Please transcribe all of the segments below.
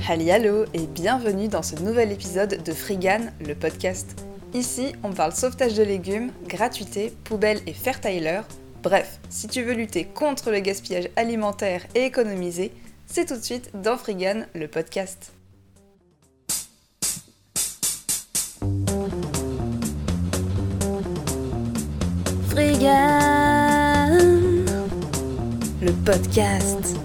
Hallihallo et bienvenue dans ce nouvel épisode de Freegan, le podcast. Ici, on parle sauvetage de légumes, gratuité, poubelle et Fairtyler. Bref, si tu veux lutter contre le gaspillage alimentaire et économiser, c'est tout de suite dans Freegan, le podcast. Freegan, le podcast.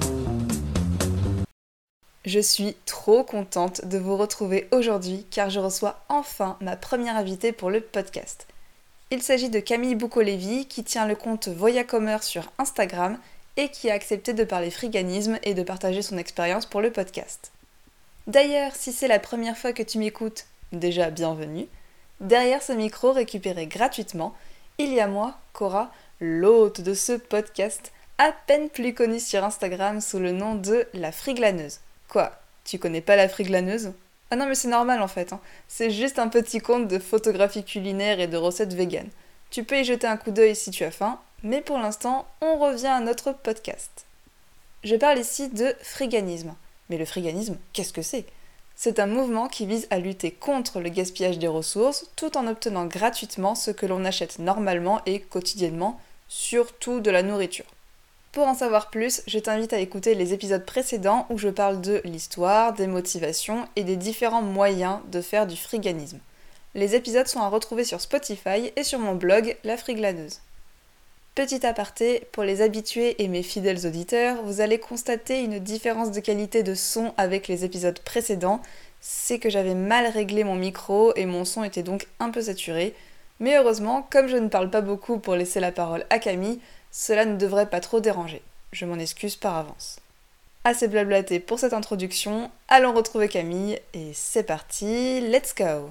Je suis trop contente de vous retrouver aujourd'hui car je reçois enfin ma première invitée pour le podcast. Il s'agit de Camille Boukolevi qui tient le compte Voyacomer sur Instagram et qui a accepté de parler friganisme et de partager son expérience pour le podcast. D'ailleurs, si c'est la première fois que tu m'écoutes, déjà bienvenue. Derrière ce micro récupéré gratuitement, il y a moi, Cora, l'hôte de ce podcast, à peine plus connue sur Instagram sous le nom de La Friglaneuse. Quoi, tu connais pas La Friglaneuse ? Ah non mais c'est normal en fait, c'est juste un petit compte de photographie culinaire et de recettes véganes. Tu peux y jeter un coup d'œil si tu as faim, mais pour l'instant, on revient à notre podcast. Je parle ici de friganisme. Mais le friganisme, qu'est-ce que c'est ? C'est un mouvement qui vise à lutter contre le gaspillage des ressources tout en obtenant gratuitement ce que l'on achète normalement et quotidiennement, surtout de la nourriture. Pour en savoir plus, je t'invite à écouter les épisodes précédents où je parle de l'histoire, des motivations et des différents moyens de faire du friganisme. Les épisodes sont à retrouver sur Spotify et sur mon blog La Friglaneuse. Petit aparté, pour les habitués et mes fidèles auditeurs, vous allez constater une différence de qualité de son avec les épisodes précédents. C'est que j'avais mal réglé mon micro et mon son était donc un peu saturé. Mais heureusement, comme je ne parle pas beaucoup pour laisser la parole à Camille, cela ne devrait pas trop déranger. Je m'en excuse par avance. Assez blablaté pour cette introduction, allons retrouver Camille et c'est parti, let's go!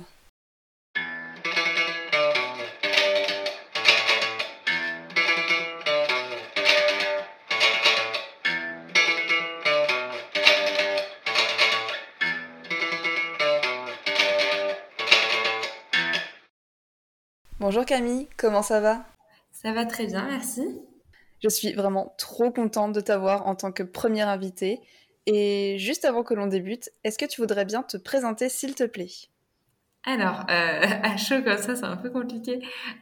Bonjour Camille, comment ça va ? Ça va très bien, merci. Je suis vraiment trop contente de t'avoir en tant que première invitée. Et juste avant que l'on débute, est-ce que tu voudrais bien te présenter s'il te plaît ? Alors, à chaud comme ça, c'est un peu compliqué.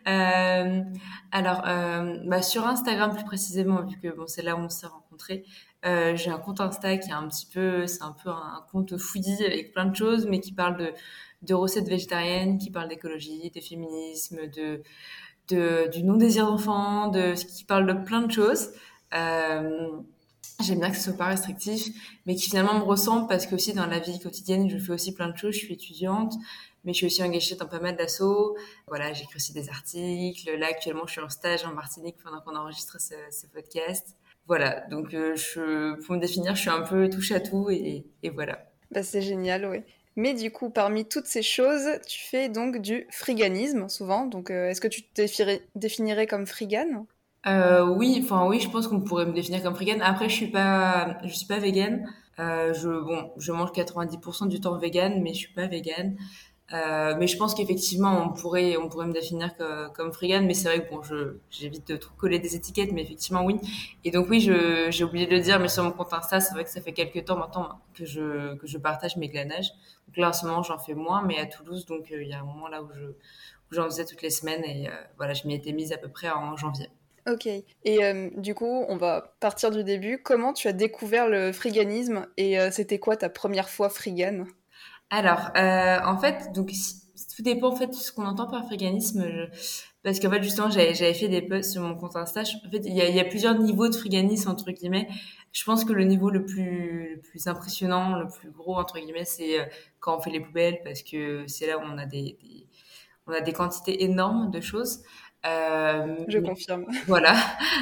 Sur Instagram plus précisément, vu que bon, c'est là où on s'est rencontrés, j'ai un compte Insta qui est c'est un peu un compte foodie avec plein de choses, mais qui parle de recettes végétariennes, qui parle d'écologie, de féminisme, du non-désir d'enfant, qui parle de plein de choses. Euh, J'aime bien que ce soit pas restrictif, mais qui finalement me ressemble parce que aussi dans la vie quotidienne, je fais aussi plein de choses. Je suis étudiante, mais je suis aussi engagée dans pas mal d'assauts. Voilà, j'écris aussi des articles. Là, actuellement, je suis en stage en Martinique pendant qu'on enregistre ce podcast. Voilà, donc pour me définir, je suis un peu touche à tout et voilà. Bah c'est génial, oui. Mais du coup, parmi toutes ces choses, tu fais donc du friganisme souvent. Donc est-ce que tu te définirais comme frigane ? Oui, je pense qu'on pourrait me définir comme frigane. Après, je suis pas végane. Je mange 90% du temps végane, mais je suis pas végane. Mais je pense qu'effectivement, on pourrait me définir comme frigane, mais c'est vrai que bon, j'évite de trop coller des étiquettes, mais effectivement, oui. Et donc oui, j'ai oublié de le dire, mais sur mon compte Insta, c'est vrai que ça fait quelques temps maintenant que je partage mes glanages. Donc là, en ce moment, j'en fais moins, mais à Toulouse, donc il y a un moment là où où j'en faisais toutes les semaines et voilà, je m'y étais mise à peu près en janvier. Ok. Et du coup, on va partir du début. Comment tu as découvert le friganisme et c'était quoi ta première fois frigane ? Alors, en fait, tout dépend en fait de ce qu'on entend par friganisme. Parce qu'en fait, justement, j'avais fait des posts sur mon compte Insta. En fait, il y a plusieurs niveaux de friganisme entre guillemets. Je pense que le niveau le plus impressionnant, le plus gros entre guillemets, c'est quand on fait les poubelles, parce que c'est là où on a on a des quantités énormes de choses. Je confirme. Voilà.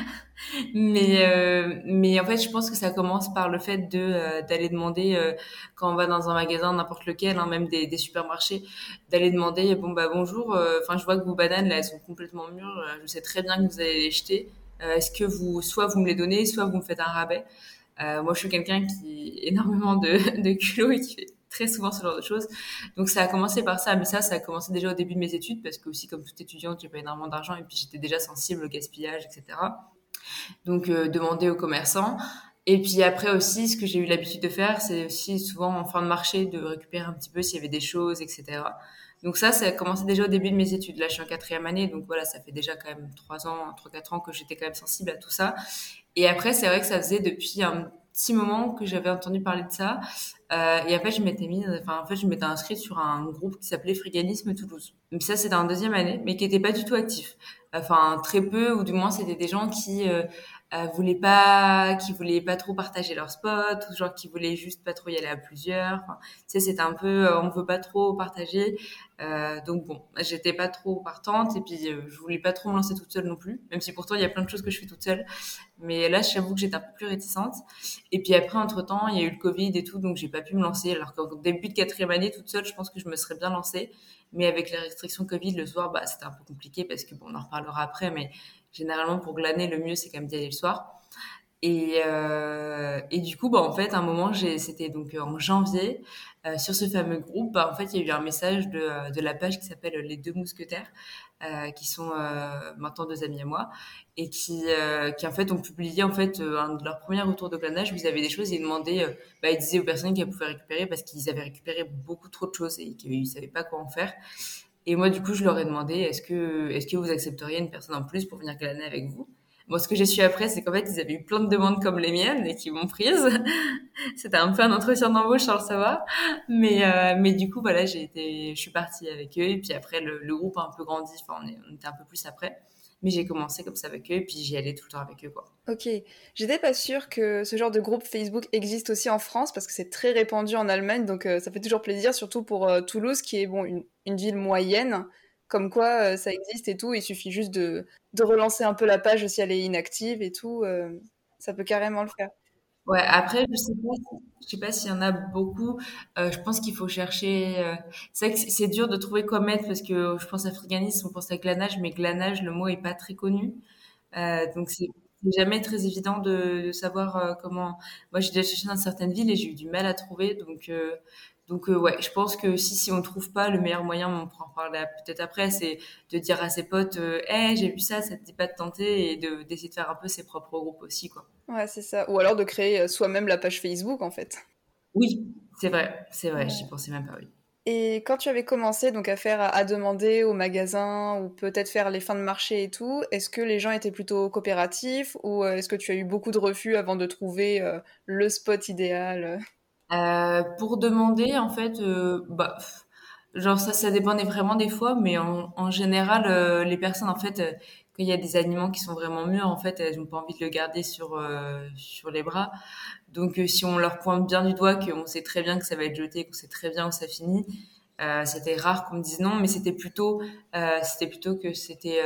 Mais en fait, je pense que ça commence par le fait d'aller demander quand on va dans un magasin, n'importe lequel, hein, même des supermarchés, d'aller demander bon bah bonjour. Enfin, je vois que vos bananes là, elles sont complètement mûres. Je sais très bien que vous allez les jeter. Est-ce que soit vous me les donnez, soit vous me faites un rabais. Moi, je suis quelqu'un qui a énormément de culot et qui fait très souvent ce genre de choses. Donc ça a commencé par ça, mais ça a commencé déjà au début de mes études parce que aussi comme toute étudiante, j'ai pas énormément d'argent et puis j'étais déjà sensible au gaspillage, etc. Donc demander aux commerçants. Et puis après aussi, ce que j'ai eu l'habitude de faire, c'est aussi souvent en fin de marché de récupérer un petit peu s'il y avait des choses, etc. Donc ça a commencé déjà au début de mes études. Là, je suis en quatrième année, donc voilà, ça fait déjà quand même 3 ans, 3-4 ans que j'étais quand même sensible à tout ça. Et après, c'est vrai que ça faisait depuis un petit moment que j'avais entendu parler de ça. Et en fait, je m'étais inscrite sur un groupe qui s'appelait Fréganisme Toulouse. Mais ça, c'était en deuxième année, mais qui était pas du tout actif. Enfin, très peu, ou du moins, c'était des gens qui voulaient pas trop partager leur spot, ou genre qui voulaient juste pas trop y aller à plusieurs. Enfin, tu sais, c'était un peu, on veut pas trop partager. Donc bon, j'étais pas trop partante, et puis je voulais pas trop me lancer toute seule non plus, même si pourtant il y a plein de choses que je fais toute seule. Mais là, j'avoue que j'étais un peu plus réticente. Et puis après, entre-temps, il y a eu le Covid et tout, donc j'ai pas pu me lancer. Alors qu'au début de quatrième année, toute seule, je pense que je me serais bien lancée. Mais avec les restrictions Covid, le soir, bah, c'était un peu compliqué parce que bon, on en reparlera après, mais généralement, pour glaner, le mieux, c'est quand même d'y aller le soir. Et du coup, bah, en fait, à un moment, c'était donc en janvier, sur ce fameux groupe, bah, en fait, il y a eu un message de la page qui s'appelle Les Deux Mousquetaires, qui sont maintenant deux amis à moi, et qui en fait ont publié en fait un de leurs premiers retours de planage où ils avaient des choses et ils demandaient, bah, ils disaient aux personnes qu'elles pouvaient récupérer parce qu'ils avaient récupéré beaucoup trop de choses et qu'ils savaient pas quoi en faire. Et moi, du coup, je leur ai demandé, est-ce que vous accepteriez une personne en plus pour venir glaner avec vous? Bon, ce que j'ai su après, c'est qu'en fait, ils avaient eu plein de demandes comme les miennes et qui m'ont prise. C'était un peu un entretien d'embauche sans le savoir. Mais du coup, voilà, je suis partie avec eux. Et puis après, le groupe a un peu grandi. Enfin, on était un peu plus après. Mais j'ai commencé comme ça avec eux. Et puis j'y allais tout le temps avec eux, quoi. Ok, j'étais pas sûre que ce genre de groupe Facebook existe aussi en France parce que c'est très répandu en Allemagne, donc ça fait toujours plaisir, surtout pour Toulouse qui est bon une ville moyenne, comme quoi ça existe et tout, il suffit juste de relancer un peu la page si elle est inactive et tout, ça peut carrément le faire. Ouais, après, je sais pas s'il y en a beaucoup. Je pense qu'il faut chercher. C'est vrai que c'est dur de trouver quoi mettre parce que je pense à friganisme, on pense à glanage, mais glanage, le mot est pas très connu. Donc c'est jamais très évident de savoir comment. Moi, j'ai déjà cherché dans certaines villes et j'ai eu du mal à trouver. Donc ouais, je pense que si on trouve pas, le meilleur moyen, on pourra en parler peut-être après, c'est de dire à ses potes, hey, j'ai vu ça, ça te dit pas de tenter et de d'essayer de faire un peu ses propres groupes aussi, quoi. Ouais, c'est ça. Ou alors de créer soi-même la page Facebook en fait. Oui, c'est vrai, j'y Ouais. pensais même pas, oui. Et quand tu avais commencé donc à faire à demander au magasin ou peut-être faire les fins de marché et tout, est-ce que les gens étaient plutôt coopératifs ou est-ce que tu as eu beaucoup de refus avant de trouver le spot idéal? Pour demander, en fait, bah, genre ça dépendait vraiment des fois, mais en général, les personnes, en fait, quand il y a des aliments qui sont vraiment mûrs, en fait, elles ont pas envie de le garder sur les bras. Donc, si on leur pointe bien du doigt qu'on sait très bien que ça va être jeté, qu'on sait très bien où ça finit, c'était rare qu'on me dise non, mais c'était plutôt que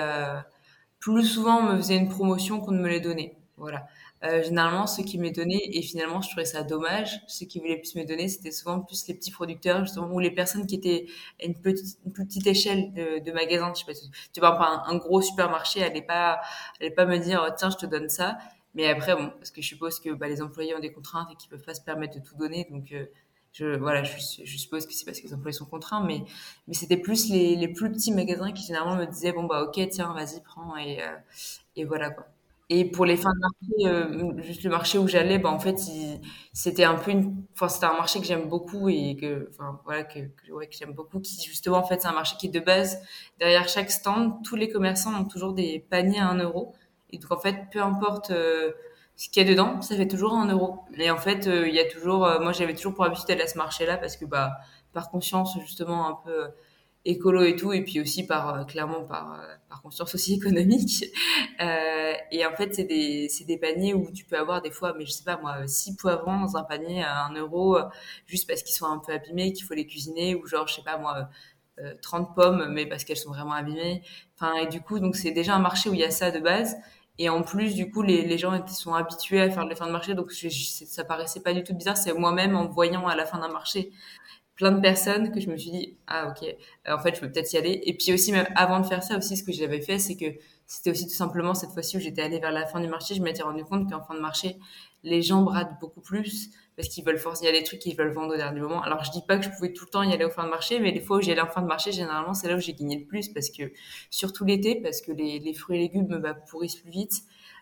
plus souvent, on me faisait une promotion qu'on ne me les donnait. Voilà. Généralement, ceux qui me les donnaient, et finalement, je trouvais ça dommage, ceux qui voulaient plus me donner, c'était souvent plus les petits producteurs, justement, ou les personnes qui étaient à une plus petite échelle de magasin. Je sais pas, tu vois, un gros supermarché, allait pas me dire, oh, tiens, je te donne ça. Mais après, bon, parce que je suppose que bah, les employés ont des contraintes et qu'ils peuvent pas se permettre de tout donner, donc voilà, je suppose que c'est parce que les employés sont contraints, mais c'était plus les plus petits magasins qui généralement me disaient bon bah ok tiens vas-y prends et voilà quoi. Et pour les fins de marché, juste le marché où j'allais, bah en fait c'était un peu enfin c'était un marché que j'aime beaucoup et que enfin voilà ouais, que j'aime beaucoup qui justement en fait c'est un marché qui est de base derrière chaque stand tous les commerçants ont toujours des paniers à 1 euro et donc en fait peu importe ce qu'il y a dedans, ça fait toujours 1 euro. Et en fait, il y a toujours, moi j'avais toujours pour habitude d'aller à ce marché-là parce que bah par conscience justement un peu écolo et tout, et puis aussi clairement par conscience aussi économique. Et en fait, c'est des paniers où tu peux avoir des fois, mais je sais pas moi, 6 poivrons dans un panier à 1 euro, juste parce qu'ils sont un peu abîmés, qu'il faut les cuisiner, ou genre je sais pas moi. 30 pommes, mais parce qu'elles sont vraiment abîmées. Enfin, et du coup, donc c'est déjà un marché où il y a ça de base. Et en plus, du coup, les gens sont habitués à faire les fins de marché, donc ça paraissait pas du tout bizarre. C'est moi-même en voyant à la fin d'un marché plein de personnes que je me suis dit ah ok en fait je peux peut-être y aller et puis aussi même avant de faire ça aussi ce que j'avais fait c'est que c'était aussi tout simplement cette fois-ci où j'étais allée vers la fin du marché je m'étais rendu compte qu'en fin de marché les gens bradent beaucoup plus parce qu'ils veulent forcer il y a des trucs qu'ils veulent vendre au dernier moment alors je dis pas que je pouvais tout le temps y aller au fin de marché mais les fois où j'y allais en fin de marché généralement c'est là où j'ai gagné le plus parce que surtout l'été parce que les fruits et légumes bah, pourrissent plus vite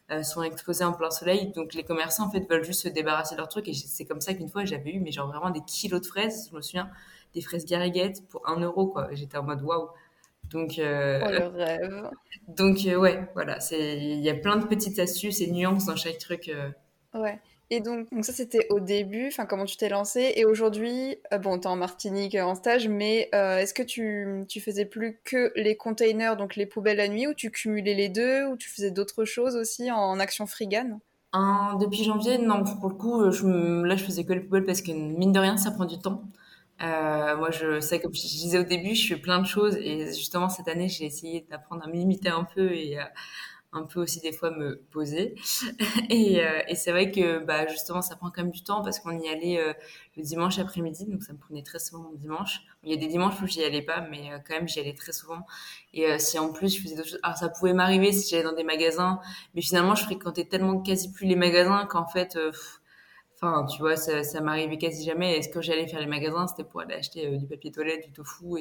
sont exposés en plein soleil. Donc les commerçants en fait veulent juste se débarrasser de leurs trucs. Et c'est comme ça qu'une fois j'avais eu mais genre vraiment des kilos de fraises. Je me souviens des fraises Gariguette pour 1 euro quoi. Et j'étais en mode waouh. Donc Oh, le rêve. ouais, voilà, il y a plein de petites astuces et nuances dans chaque truc. Ouais. Et donc ça, c'était au début, enfin, comment tu t'es lancé. Et aujourd'hui, bon, t'es en Martinique en stage, mais est-ce que tu faisais plus que les containers, donc les poubelles la nuit, ou tu cumulais les deux, ou tu faisais d'autres choses aussi en action frigane? Depuis janvier, non, pour le coup, là, je faisais que les poubelles parce que mine de rien, ça prend du temps. Moi, comme je disais au début, je fais plein de choses et justement cette année, j'ai essayé d'apprendre à me limiter un peu et un peu aussi des fois me poser. Et c'est vrai que bah justement ça prend quand même du temps parce qu'on y allait le dimanche après-midi, donc ça me prenait très souvent le dimanche. Il y a des dimanches où j'y allais pas, mais quand même j'y allais très souvent. Et si en plus je faisais d'autres choses, alors ça pouvait m'arriver si j'allais dans des magasins, mais finalement je fréquentais tellement quasi plus les magasins qu'en fait, enfin tu vois ça m'arrivait quasi jamais. Et quand j'allais faire les magasins, c'était pour aller acheter du papier toilette, du tofu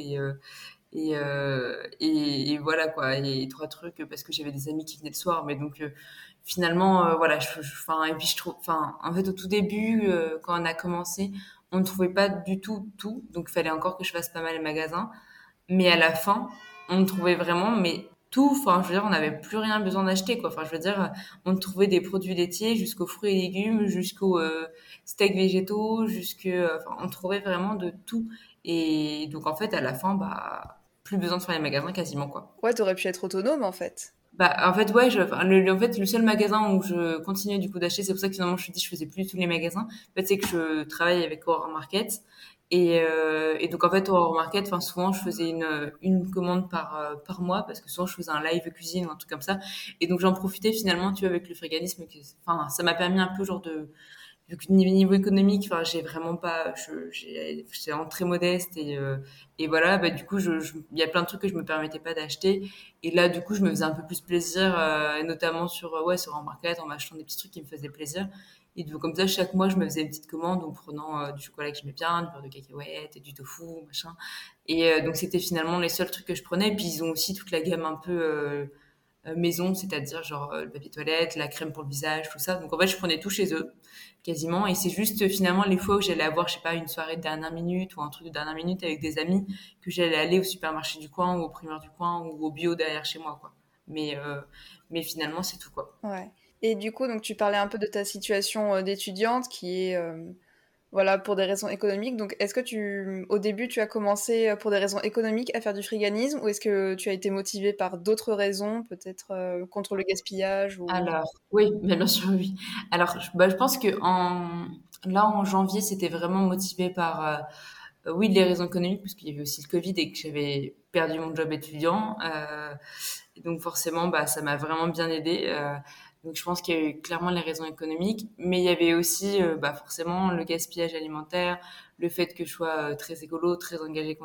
et voilà quoi, et trois trucs parce que j'avais des amis qui venaient le soir, mais donc finalement voilà, enfin et puis je trouve, enfin en fait au tout début quand on a commencé, on ne trouvait pas du tout, donc il fallait encore que je fasse pas mal les magasins, mais à la fin on trouvait vraiment mais tout, enfin je veux dire on n'avait plus rien besoin d'acheter quoi, enfin je veux dire on trouvait des produits laitiers jusqu'aux fruits et légumes, jusqu'aux steaks végétaux, enfin on trouvait vraiment de tout. Et donc en fait à la fin bah plus besoin de faire les magasins quasiment quoi. Ouais, t'aurais pu être autonome en fait. Bah en fait ouais, enfin, en fait le seul magasin où je continuais du coup d'acheter, c'est pour ça que finalement je te dis je faisais plus tous les magasins. En fait c'est que je travaille avec Aurore Market et donc en fait Aurore Market, enfin souvent je faisais une commande par mois parce que souvent je faisais un live cuisine ou un truc comme ça et donc j'en profitais finalement tu vois avec le fréganisme enfin ça m'a permis un peu genre de vu que niveau économique, enfin, j'ai vraiment pas, j'étais vraiment très modeste et voilà, bah, du coup, il y a plein de trucs que je me permettais pas d'acheter. Et là, du coup, je me faisais un peu plus plaisir, et notamment sur un market, en m'achetant des petits trucs qui me faisaient plaisir. Et donc, comme ça, chaque mois, je me faisais une petite commande en prenant du chocolat que j'aimais bien, du beurre de cacahuète, et du tofu, machin. Et donc, c'était finalement les seuls trucs que je prenais. Et puis, ils ont aussi toute la gamme un peu, maison, c'est-à-dire genre le papier toilette, la crème pour le visage, tout ça. Donc en fait, je prenais tout chez eux, quasiment. Et c'est juste finalement les fois où j'allais avoir, je sais pas, une soirée de dernière minute ou un truc de dernière minute avec des amis que j'allais aller au supermarché du coin ou au primeur du coin ou au bio derrière chez moi, quoi. Mais, euh, mais finalement, c'est tout, quoi. Ouais. Et du coup, donc tu parlais un peu de ta situation d'étudiante qui est, voilà, pour des raisons économiques. Donc, est-ce que au début, tu as commencé pour des raisons économiques à faire du friganisme ou est-ce que tu as été motivée par d'autres raisons, peut-être contre le gaspillage ou... Alors, oui, mais bien sûr, oui. Alors, je pense que là, en janvier, c'était vraiment motivé par, oui, les raisons économiques, parce qu'il y avait aussi le Covid et que j'avais perdu mon job étudiant. Et donc, forcément, bah, ça m'a vraiment bien aidé. Donc, je pense qu'il y a eu clairement les raisons économiques, mais il y avait aussi, bah, forcément, le gaspillage alimentaire, le fait que je sois très écolo, très engagée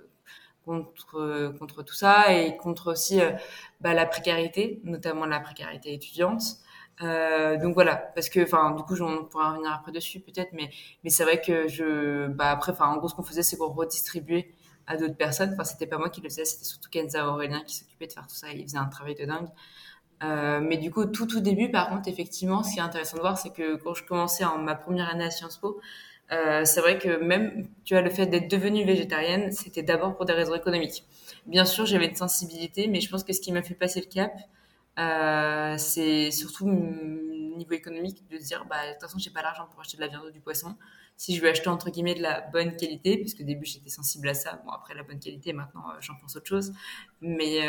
contre tout ça et contre aussi bah, la précarité, notamment la précarité étudiante. Donc voilà, parce que enfin du coup on pourra revenir après dessus peut-être, mais c'est vrai que bah après enfin en gros ce qu'on faisait c'est qu'on redistribuait à d'autres personnes. Enfin c'était pas moi qui le faisais, c'était surtout Kenza Aurélien qui s'occupait de faire tout ça. Il faisait un travail de dingue. Mais du coup, tout début, par contre, effectivement, ce qui est intéressant de voir, c'est que quand je commençais en ma première année à Sciences Po, c'est vrai que même, tu vois, le fait d'être devenue végétarienne, c'était d'abord pour des raisons économiques. Bien sûr, j'avais une sensibilité, mais je pense que ce qui m'a fait passer le cap, c'est surtout niveau économique de se dire, bah, de toute façon, j'ai pas l'argent pour acheter de la viande ou du poisson. Si je veux acheter entre guillemets de la bonne qualité, puisque au début j'étais sensible à ça. Bon, après la bonne qualité, maintenant j'en pense autre chose. Mais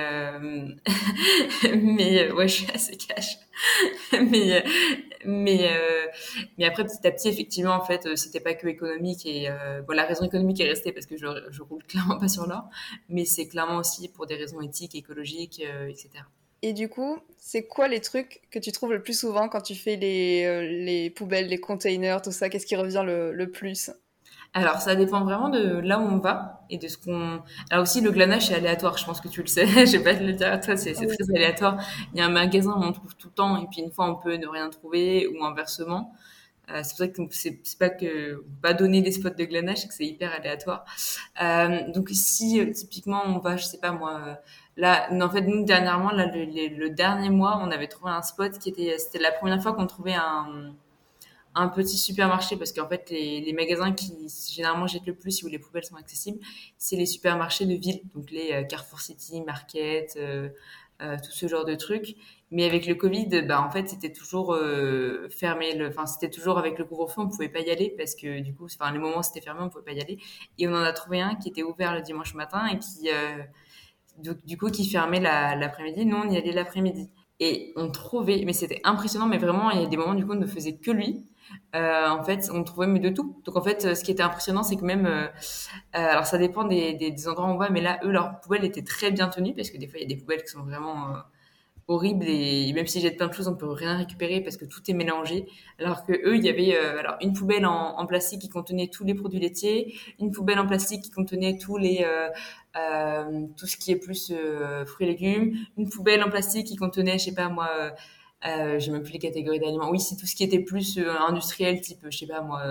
ouais, je suis assez cash. mais euh, mais euh, mais après petit à petit, effectivement, en fait, c'était pas que économique et bon, la raison économique est restée parce que je roule clairement pas sur l'or, mais c'est clairement aussi pour des raisons éthiques, écologiques, etc. Et du coup, c'est quoi les trucs que tu trouves le plus souvent quand tu fais les poubelles, les containers, tout ça? Qu'est-ce qui revient le plus? Alors, ça dépend vraiment de là où on va et de ce qu'on. Alors aussi, le glanage, c'est aléatoire. Je pense que tu le sais. Je vais pas te le dire à toi. C'est Oui. très aléatoire. Il y a un magasin où on trouve tout le temps et puis une fois, on peut ne rien trouver ou inversement. C'est pour ça que c'est pas que on peut pas donner des spots de glanage, c'est que c'est hyper aléatoire. Donc si typiquement on va, je sais pas moi, Là, en fait, nous, dernièrement, là, le dernier mois, on avait trouvé un spot c'était la première fois qu'on trouvait un petit supermarché parce qu'en fait, les magasins qui généralement jettent le plus où les poubelles sont accessibles, c'est les supermarchés de ville, donc les Carrefour City, Market, tout ce genre de trucs. Mais avec le Covid, bah en fait, c'était toujours fermé. Enfin, c'était toujours avec le couvre-feu, on pouvait pas y aller parce que du coup, enfin, les moments où c'était fermé, on pouvait pas y aller. Et on en a trouvé un qui était ouvert le dimanche matin et qui, du coup, qui fermait l'après-midi. Nous, on y allait l'après-midi. Et on trouvait, mais c'était impressionnant, mais vraiment, il y a des moments, du coup, on ne faisait que lui. En fait, on trouvait mais de tout. Donc en fait, ce qui était impressionnant, c'est que même, alors ça dépend des endroits où on va, mais là, eux, leurs poubelles étaient très bien tenues parce que des fois, il y a des poubelles qui sont vraiment horrible et même si j'ai plein de choses, on peut rien récupérer parce que tout est mélangé. Alors que eux, il y avait alors une poubelle en plastique qui contenait tous les produits laitiers, une poubelle en plastique qui contenait tout ce qui est plus fruits et légumes, une poubelle en plastique qui contenait, je sais pas moi. J'ai même plus les catégories d'aliments. Oui, c'est tout ce qui était plus industriel, type, je sais pas moi,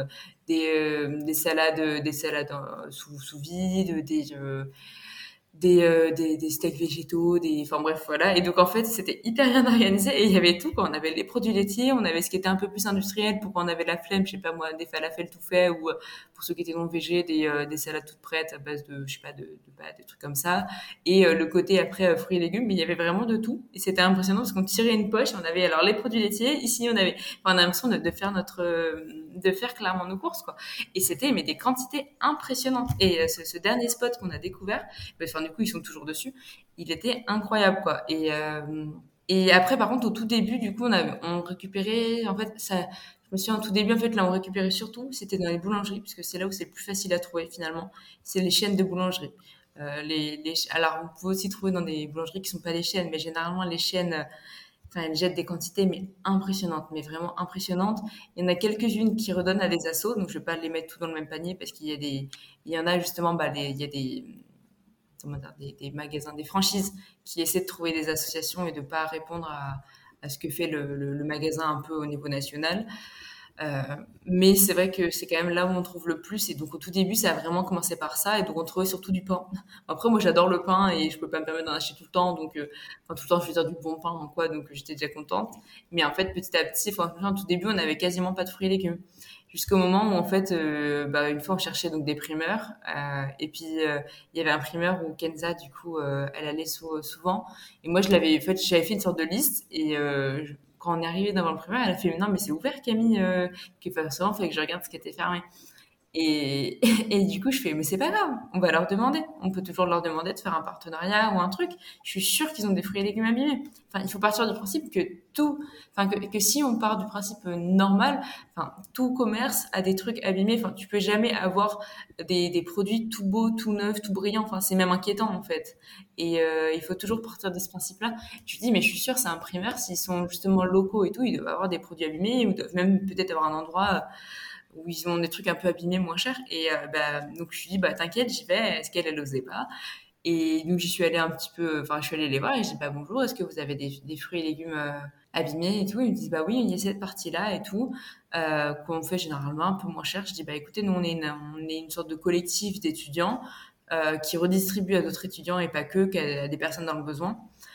des salades sous vide, des steaks végétaux, enfin bref, voilà. Et donc, en fait, c'était hyper bien organisé et il y avait tout, quoi. On avait les produits laitiers, on avait ce qui était un peu plus industriel pour quand on avait la flemme, je sais pas moi, des falafels tout faits ou pour ceux qui étaient non végés, des salades toutes prêtes à base de, je sais pas, de pâtes, des trucs comme ça. Et le côté après fruits et légumes, mais il y avait vraiment de tout. Et c'était impressionnant parce qu'on tirait une poche, on avait alors les produits laitiers, ici on avait, enfin, on a l'impression de faire de faire clairement nos courses, quoi. Et c'était, mais des quantités impressionnantes. Et ce dernier spot qu'on a découvert, enfin, du coup, ils sont toujours dessus. Il était incroyable, quoi. Et après, par contre, au tout début, du coup, on récupérait, en fait, ça, je me souviens, au tout début, en fait, là, on récupérait surtout, c'était dans les boulangeries, puisque c'est là où c'est le plus facile à trouver, finalement. C'est les chaînes de boulangerie. Alors, vous pouvez aussi trouver dans des boulangeries qui sont pas des chaînes, mais généralement, les chaînes, enfin, elles jettent des quantités, mais impressionnantes, mais vraiment impressionnantes. Il y en a quelques-unes qui redonnent à des assos, donc je vais pas les mettre tout dans le même panier, parce il y en a justement, bah, il y a comment dire, des magasins, des franchises qui essaient de trouver des associations et de pas répondre à ce que fait le magasin un peu au niveau national. Euh, mais c'est vrai que c'est quand même là où on trouve le plus. Et donc, au tout début, ça a vraiment commencé par ça. Et donc, on trouvait surtout du pain. Après, moi, j'adore le pain et je peux pas me permettre d'en acheter tout le temps. Donc, enfin, tout le temps, je veux dire du bon pain, en quoi. Donc, j'étais déjà contente. Mais en fait, petit à petit, franchement, au tout début, on avait quasiment pas de fruits et légumes. Jusqu'au moment où, en fait, bah, une fois, on cherchait donc des primeurs. Et puis, il y avait un primeur où Kenza, du coup, elle allait souvent. Et moi, en fait, j'avais fait une sorte de liste. Et quand on est arrivé devant le primeur, elle a fait, non, mais c'est ouvert, Camille, que forcément, il fallait que je regarde ce qui était fermé. Et, et du coup, je fais, mais c'est pas grave, on va leur demander. On peut toujours leur demander de faire un partenariat ou un truc. Je suis sûre qu'ils ont des fruits et légumes abîmés. Enfin, il faut partir du principe que que si on part du principe normal, enfin, tout commerce a des trucs abîmés. Enfin, tu peux jamais avoir des produits tout beaux, tout neufs, tout brillants. Enfin, c'est même inquiétant, en fait. Et il faut toujours partir de ce principe-là. Je me dis, mais je suis sûre, c'est un primeur, s'ils sont justement locaux et tout, ils doivent avoir des produits abîmés ou doivent même peut-être avoir un endroit où ils ont des trucs un peu abîmés moins chers. Et bah, donc je lui dis, bah t'inquiète, j'y vais. Est-ce qu'elle, elle osait pas? Et donc j'y suis allée un petit peu, enfin je suis allée les voir et je dis, bah bonjour, est-ce que vous avez des fruits et légumes abîmés et tout? Ils me disent, bah oui, il y a cette partie-là et tout, qu'on fait généralement un peu moins cher. Je dis, bah écoutez, nous on est une sorte de collectif d'étudiants qui redistribue à d'autres étudiants et pas qu'à des personnes dans le besoin.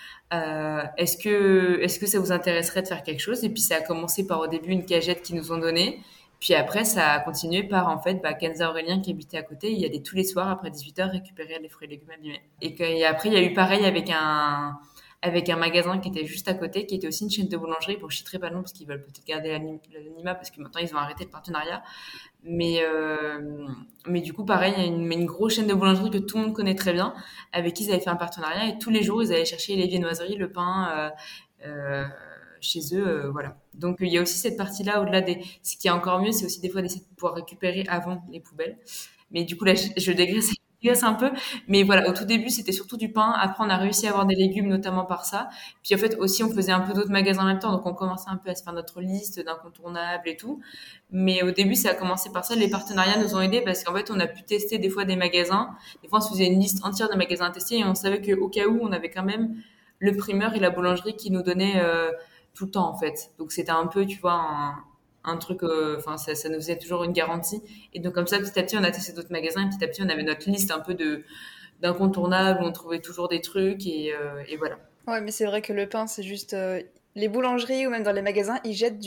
Est-ce que ça vous intéresserait de faire quelque chose? Et puis ça a commencé par au début une cagette qu'ils nous ont donnée. Puis après, ça a continué par en fait Kenza Aurélien qui habitait à côté. Il y allait tous les soirs après 18h récupérer les fruits et légumes abîmés. Et après, il y a eu pareil avec un magasin qui était juste à côté, qui était aussi une chaîne de boulangerie. Bon, je citerai pas le nom parce qu'ils veulent peut-être garder l'anonymat parce que maintenant ils ont arrêté le partenariat. Mais, euh, mais du coup, pareil, il y a une grosse chaîne de boulangerie que tout le monde connaît très bien, avec qui ils avaient fait un partenariat et tous les jours, ils allaient chercher les viennoiseries, le pain chez eux, voilà. Donc, il y a aussi cette partie-là, ce qui est encore mieux, c'est aussi des fois d'essayer de pouvoir récupérer avant les poubelles. Mais du coup, là, je dégraisse un peu. Mais voilà, au tout début, c'était surtout du pain. Après, on a réussi à avoir des légumes, notamment par ça. Puis en fait, aussi, on faisait un peu d'autres magasins en même temps. Donc, on commençait un peu à se faire notre liste d'incontournables et tout. Mais au début, ça a commencé par ça. Les partenariats nous ont aidés parce qu'en fait, on a pu tester des fois des magasins. Des fois, on se faisait une liste entière de magasins à tester et on savait qu'au cas où, on avait quand même le primeur et la boulangerie qui nous donnaient tout le temps, en fait. Donc, c'était un peu, tu vois, un truc, enfin, ça nous faisait toujours une garantie. Et donc, comme ça, petit à petit, on a testé d'autres magasins et petit à petit, on avait notre liste un peu d'incontournables où on trouvait toujours des trucs et voilà. Ouais, mais c'est vrai que le pain, c'est juste les boulangeries ou même dans les magasins, ils jettent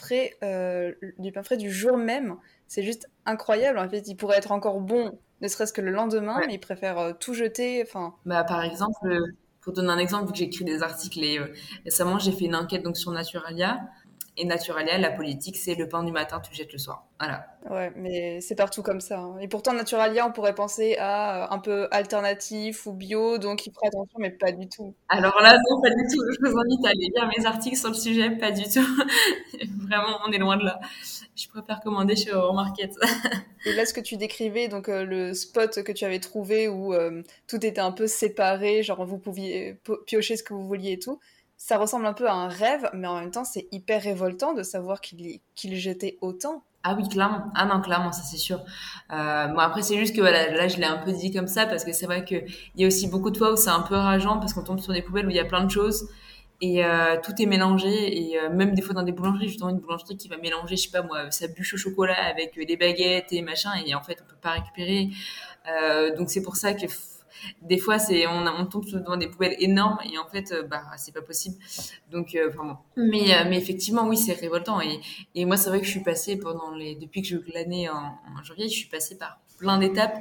du pain frais du jour même. C'est juste incroyable. En fait, il pourrait être encore bon, ne serait-ce que le lendemain, Ouais. mais ils préfèrent tout jeter. Enfin, Bah, par exemple, pour donner un exemple, vu que j'écris des articles et récemment j'ai fait une enquête donc sur Naturalia. Et Naturalia, la politique, c'est le pain du matin, tu le jettes le soir. Voilà. ouais, mais c'est partout comme ça, hein. Et pourtant, Naturalia, on pourrait penser à un peu alternatif ou bio, donc ils feraient attention, mais pas du tout. Alors là, non, pas du tout. Je vous invite à aller lire mes articles sur le sujet, pas du tout. Vraiment, on est loin de là. Je préfère commander chez Euromarket. Et là, ce que tu décrivais, donc le spot que tu avais trouvé où tout était un peu séparé, genre vous pouviez piocher ce que vous vouliez et tout, ça ressemble un peu à un rêve, mais en même temps, c'est hyper révoltant de savoir qu'il jetait autant. Ah oui, clairement. Ah non, clairement, ça c'est sûr. Bon, après, c'est juste que voilà, là, je l'ai un peu dit comme ça parce que c'est vrai que il y a aussi beaucoup de fois où c'est un peu rageant parce qu'on tombe sur des poubelles où il y a plein de choses et tout est mélangé et même des fois dans des boulangeries, justement une boulangerie qui va mélanger, je sais pas moi, sa bûche au chocolat avec des baguettes et machin et en fait on peut pas récupérer. Donc c'est pour ça que des fois on tombe devant des poubelles énormes et en fait bah c'est pas possible. Donc enfin bon. Mais effectivement oui c'est révoltant et moi c'est vrai que je suis passée depuis que je glanais en janvier, je suis passée par plein d'étapes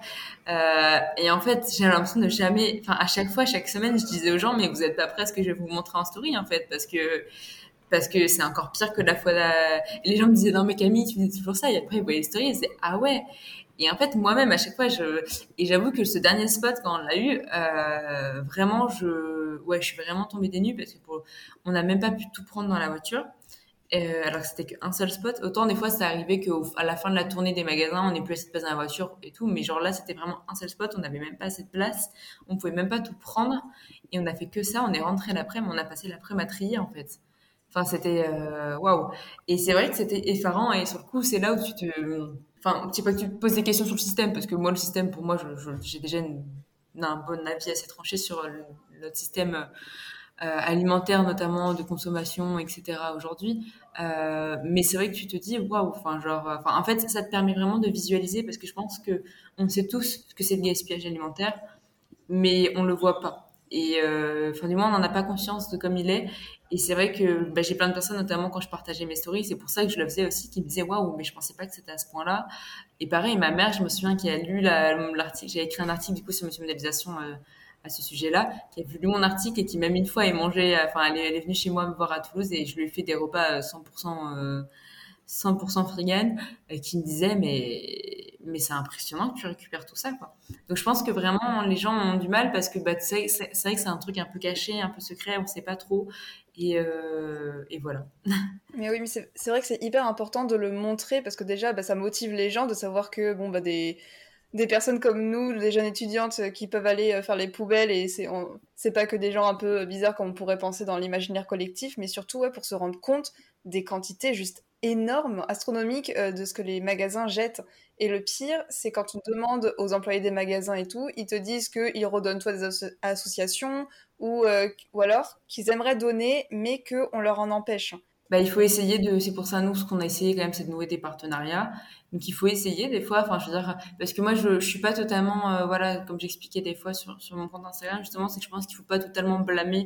et en fait j'ai l'impression de jamais, enfin à chaque fois, chaque semaine je disais aux gens mais vous êtes pas prêts à ce que je vais vous montrer en story en fait parce que c'est encore pire que la fois et les gens me disaient non mais Camille tu dis toujours ça et après ils voyaient les stories ils disaient ah ouais et en fait moi-même à chaque fois et j'avoue que ce dernier spot quand on l'a eu vraiment ouais je suis vraiment tombée des nues parce que on n'a même pas pu tout prendre dans la voiture alors que c'était qu'un seul spot. Autant des fois ça arrivait qu'à la fin de la tournée des magasins on n'est plus assez de place dans la voiture et tout mais genre là c'était vraiment un seul spot, on n'avait même pas assez de place, on pouvait même pas tout prendre et on a fait que ça, on est rentré l'après-midi, on a passé l'après-midi à trier en fait. Enfin, c'était waouh. Et c'est vrai que c'était effarant. Et sur le coup, c'est là où tu te. Enfin, je sais pas que tu te poses des questions sur le système, parce que moi, le système, pour moi, j'ai déjà un bon avis assez tranché sur notre système alimentaire, notamment de consommation, etc. aujourd'hui. Mais c'est vrai que tu te dis waouh. Enfin, genre, enfin, en fait, ça te permet vraiment de visualiser, parce que je pense que on sait tous que c'est le gaspillage alimentaire mais on le voit pas. Et enfin, du moins, on n'en a pas conscience de comme il est. Et c'est vrai que bah, j'ai plein de personnes, notamment quand je partageais mes stories, c'est pour ça que je le faisais aussi, qui me disaient waouh, mais je pensais pas que c'était à ce point-là. Et pareil, ma mère, je me souviens qu'elle a lu l'article, j'ai écrit un article du coup sur multimodalisation à ce sujet-là, qui a lu mon article et qui même une fois est mangé, enfin, elle est venue chez moi me voir à Toulouse et je lui ai fait des repas 100% vegan, qui me disait mais c'est impressionnant que tu récupères tout ça quoi. Donc je pense que vraiment les gens ont du mal parce que bah c'est vrai que c'est un truc un peu caché, un peu secret, on sait pas trop et voilà. Mais oui, mais c'est vrai que c'est hyper important de le montrer parce que déjà, bah, ça motive les gens de savoir que bon, bah, des personnes comme nous, des jeunes étudiantes qui peuvent aller faire les poubelles et c'est pas que des gens un peu bizarres comme on pourrait penser dans l'imaginaire collectif, mais surtout ouais, pour se rendre compte des quantités juste énormes, astronomiques de ce que les magasins jettent. Et le pire, c'est quand on demande aux employés des magasins et tout, ils te disent qu'ils redonnent soit des associations ou alors qu'ils aimeraient donner, mais qu'on leur en empêche. Bah, il faut essayer c'est pour ça, nous, ce qu'on a essayé quand même, c'est de nouer des partenariats. Donc, il faut essayer des fois, enfin, je veux dire, parce que moi, je suis pas totalement, voilà, comme j'expliquais des fois sur mon compte Instagram, justement, c'est que je pense qu'il faut pas totalement blâmer,